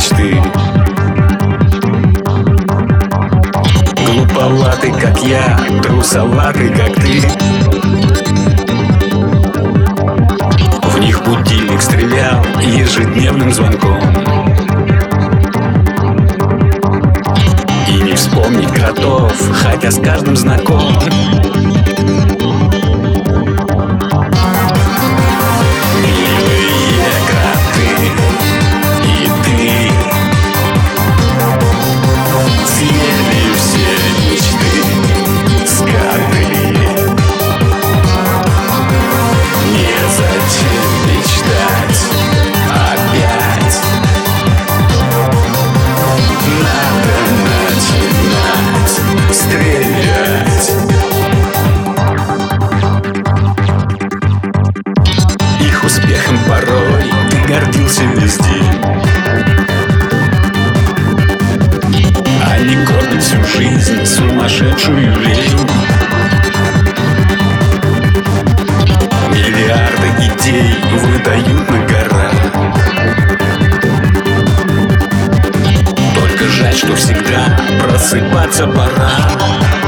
мечты. Глуповатый, как я, трусоватый, как ты. В них будильник стрелял ежедневным звонком. И не вспомнить кротов, хотя с каждым знаком. Милые кроты и ты съели все мечты, скоты. Незачем мечтать опять. Надо начинать стрелять. Их успехом порой ты гордился везде. Они кормят всю жизнь сумасшедшую лень. Миллиарды идей выдают на гора. Только жаль, что всегда просыпаться пора.